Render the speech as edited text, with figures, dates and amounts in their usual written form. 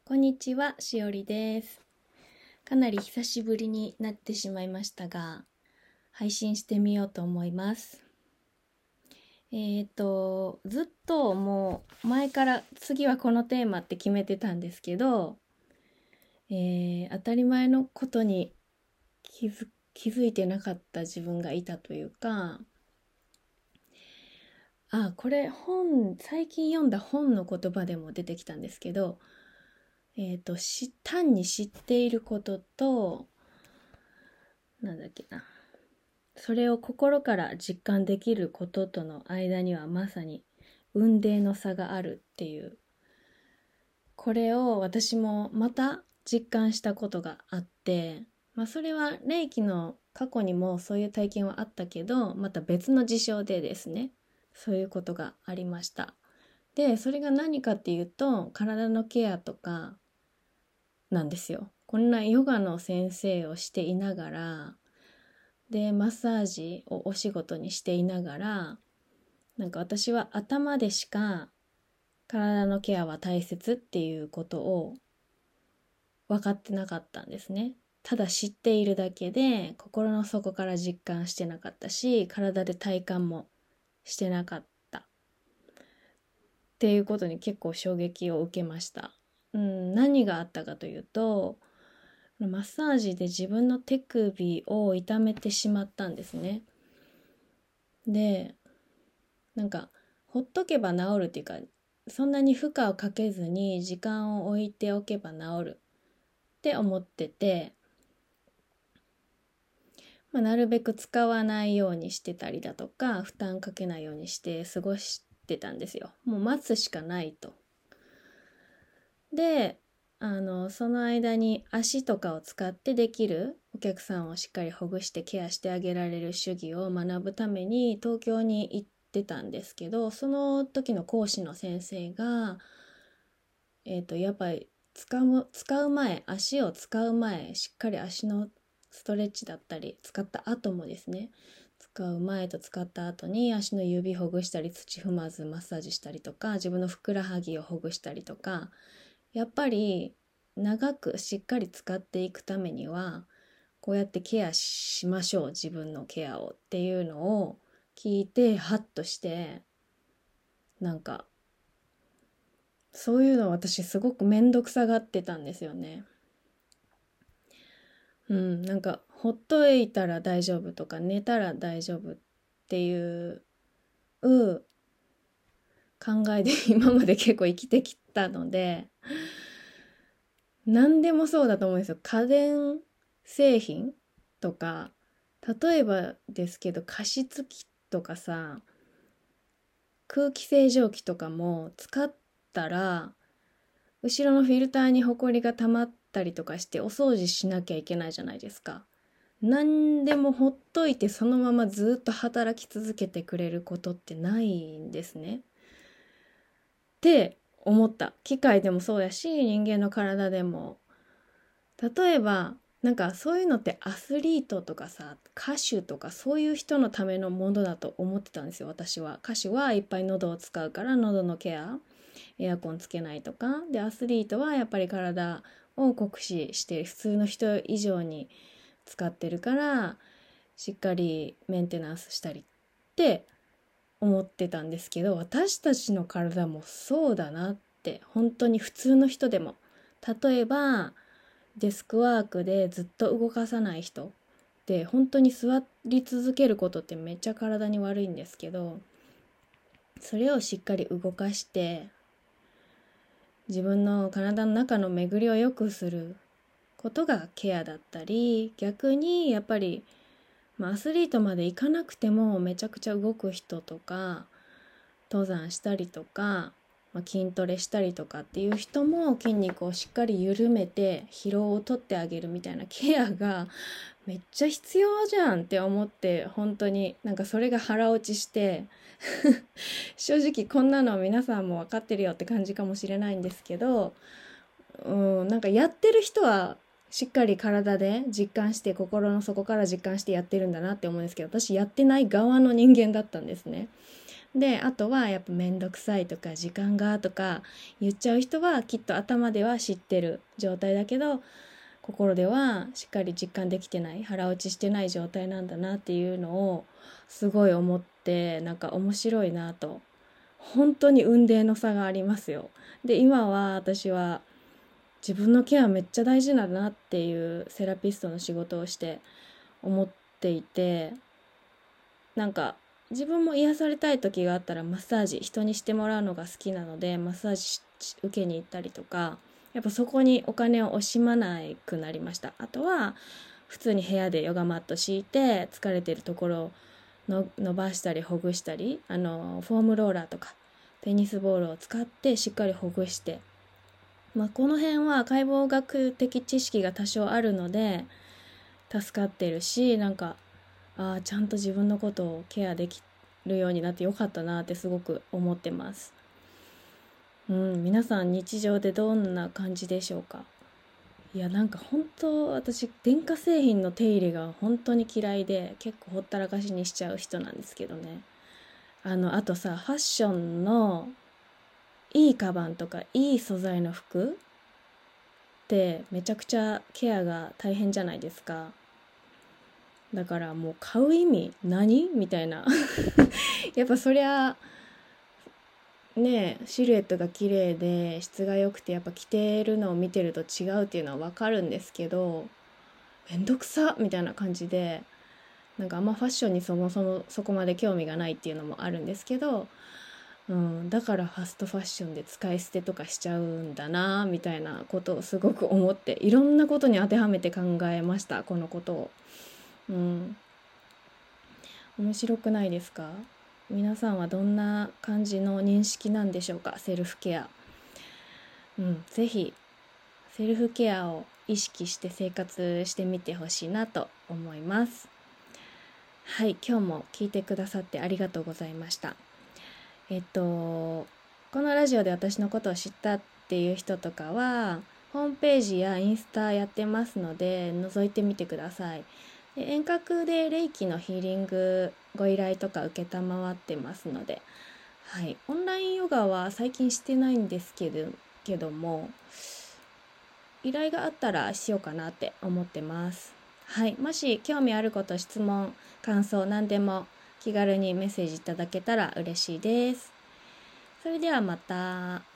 こんにちは、しおりです。かなり久しぶりになってしまいましたが、配信してみようと思います。ずっともう前から次はこのテーマって決めてたんですけど、当たり前のことに気づいてなかった自分がいたというか、これ最近読んだ本の言葉でも出てきたんですけど、単に知っていることと、それを心から実感できることとの間にはまさに雲泥の差があるっていう、これを私もまた実感したことがあって、それは霊気の過去にもそういう体験はあったけど、また別の事象でですね、そういうことがありました。で、それが何かっていうと、体のケアとかなんですよ。こんなヨガの先生をしていながら、でマッサージをお仕事にしていながら、私は頭でしか体のケアは大切っていうことを分かってなかったんですね。ただ知っているだけで心の底から実感してなかったし、体で体感もしてなかったっていうことに結構衝撃を受けました。何があったかというと、マッサージで自分の手首を痛めてしまったんですね。で、ほっとけば治るっていうか、そんなに負荷をかけずに時間を置いておけば治るって思ってて、なるべく使わないようにしてたりだとか、負担かけないようにして過ごしてたんですよ。もう待つしかないと。で、その間に足とかを使ってできるお客さんをしっかりほぐしてケアしてあげられる手技を学ぶために東京に行ってたんですけど、その時の講師の先生が、やっぱり足を使う前、しっかり足のストレッチだったり、使った後もですね、使う前と使った後に足の指ほぐしたり、土踏まずマッサージしたりとか、自分のふくらはぎをほぐしたりとか、やっぱり長くしっかり使っていくためには、こうやってケアしましょう、自分のケアをっていうのを聞いて、ハッとして、そういうの私すごくめんどくさがってたんですよね。ほっといたら大丈夫とか寝たら大丈夫っていう考えで今まで結構生きてきたので、何でもそうだと思うんですよ。家電製品とか、例えばですけど加湿器とかさ、空気清浄機とかも使ったら後ろのフィルターにホコリが溜まったりとかしてお掃除しなきゃいけないじゃないですか。何でもほっといてそのままずっと働き続けてくれることってないんですね。って思った。機械でもそうやし、人間の体でも。例えば、そういうのってアスリートとかさ、歌手とかそういう人のためのものだと思ってたんですよ、私は。歌手はいっぱい喉を使うから喉のケア、エアコンつけないとか。で、アスリートはやっぱり体を酷使して普通の人以上に使ってるから、しっかりメンテナンスしたりって思ってたんですけど、私たちの体もそうだなって、本当に普通の人でも。例えば、デスクワークでずっと動かさない人で、本当に座り続けることってめっちゃ体に悪いんですけど、それをしっかり動かして自分の体の中の巡りを良くすることがケアだったり、逆にやっぱり、アスリートまで行かなくてもめちゃくちゃ動く人とか、登山したりとか、筋トレしたりとかっていう人も筋肉をしっかり緩めて疲労を取ってあげるみたいなケアがめっちゃ必要じゃんって思って、本当にそれが腹落ちして正直こんなの皆さんも分かってるよって感じかもしれないんですけど、やってる人はしっかり体で実感して、心の底から実感してやってるんだなって思うんですけど、私やってない側の人間だったんですね。 で、あとはやっぱめんどくさいとか時間がとか言っちゃう人はきっと頭では知ってる状態だけど、心ではしっかり実感できてない、腹落ちしてない状態なんだなっていうのをすごい思って、なんか面白いなと。本当に雲泥の差がありますよ。で、今は私は自分のケアめっちゃ大事だなっていうセラピストの仕事をして思っていて、なんか自分も癒されたい時があったらマッサージ人にしてもらうのが好きなので、マッサージ受けに行ったりとか、やっぱそこにお金を惜しまなくなりました。あとは普通に部屋でヨガマット敷いて疲れてるところを伸ばしたりほぐしたり、フォームローラーとかテニスボールを使ってしっかりほぐして、この辺は解剖学的知識が多少あるので助かってるし、なんかちゃんと自分のことをケアできるようになってよかったなってすごく思ってます。皆さん日常でどんな感じでしょうか？いや、なんか本当私電化製品の手入れが本当に嫌いで、結構ほったらかしにしちゃう人なんですけどね。あとさ、ファッションのいいカバンとかいい素材の服ってめちゃくちゃケアが大変じゃないですか。だからもう買う意味何みたいなやっぱそりゃね、シルエットが綺麗で質が良くてやっぱ着てるのを見てると違うっていうのは分かるんですけど、めんどくさみたいな感じで、なんかあんまファッションにそもそもそこまで興味がないっていうのもあるんですけど、だからファストファッションで使い捨てとかしちゃうんだなみたいなことをすごく思って、いろんなことに当てはめて考えました、このことを。面白くないですか？皆さんはどんな感じの認識なんでしょうか？セルフケア。ぜひセルフケアを意識して生活してみてほしいなと思います。はい、今日も聞いてくださってありがとうございました。このラジオで私のことを知ったっていう人とかはホームページやインスタやってますので覗いてみてください。で、遠隔で霊気のヒーリングご依頼とか承ってますので、はい、オンラインヨガは最近してないんですけども、依頼があったらしようかなって思ってます。はい、もし興味あること、質問、感想何でも気軽にメッセージいただけたら嬉しいです。それではまた。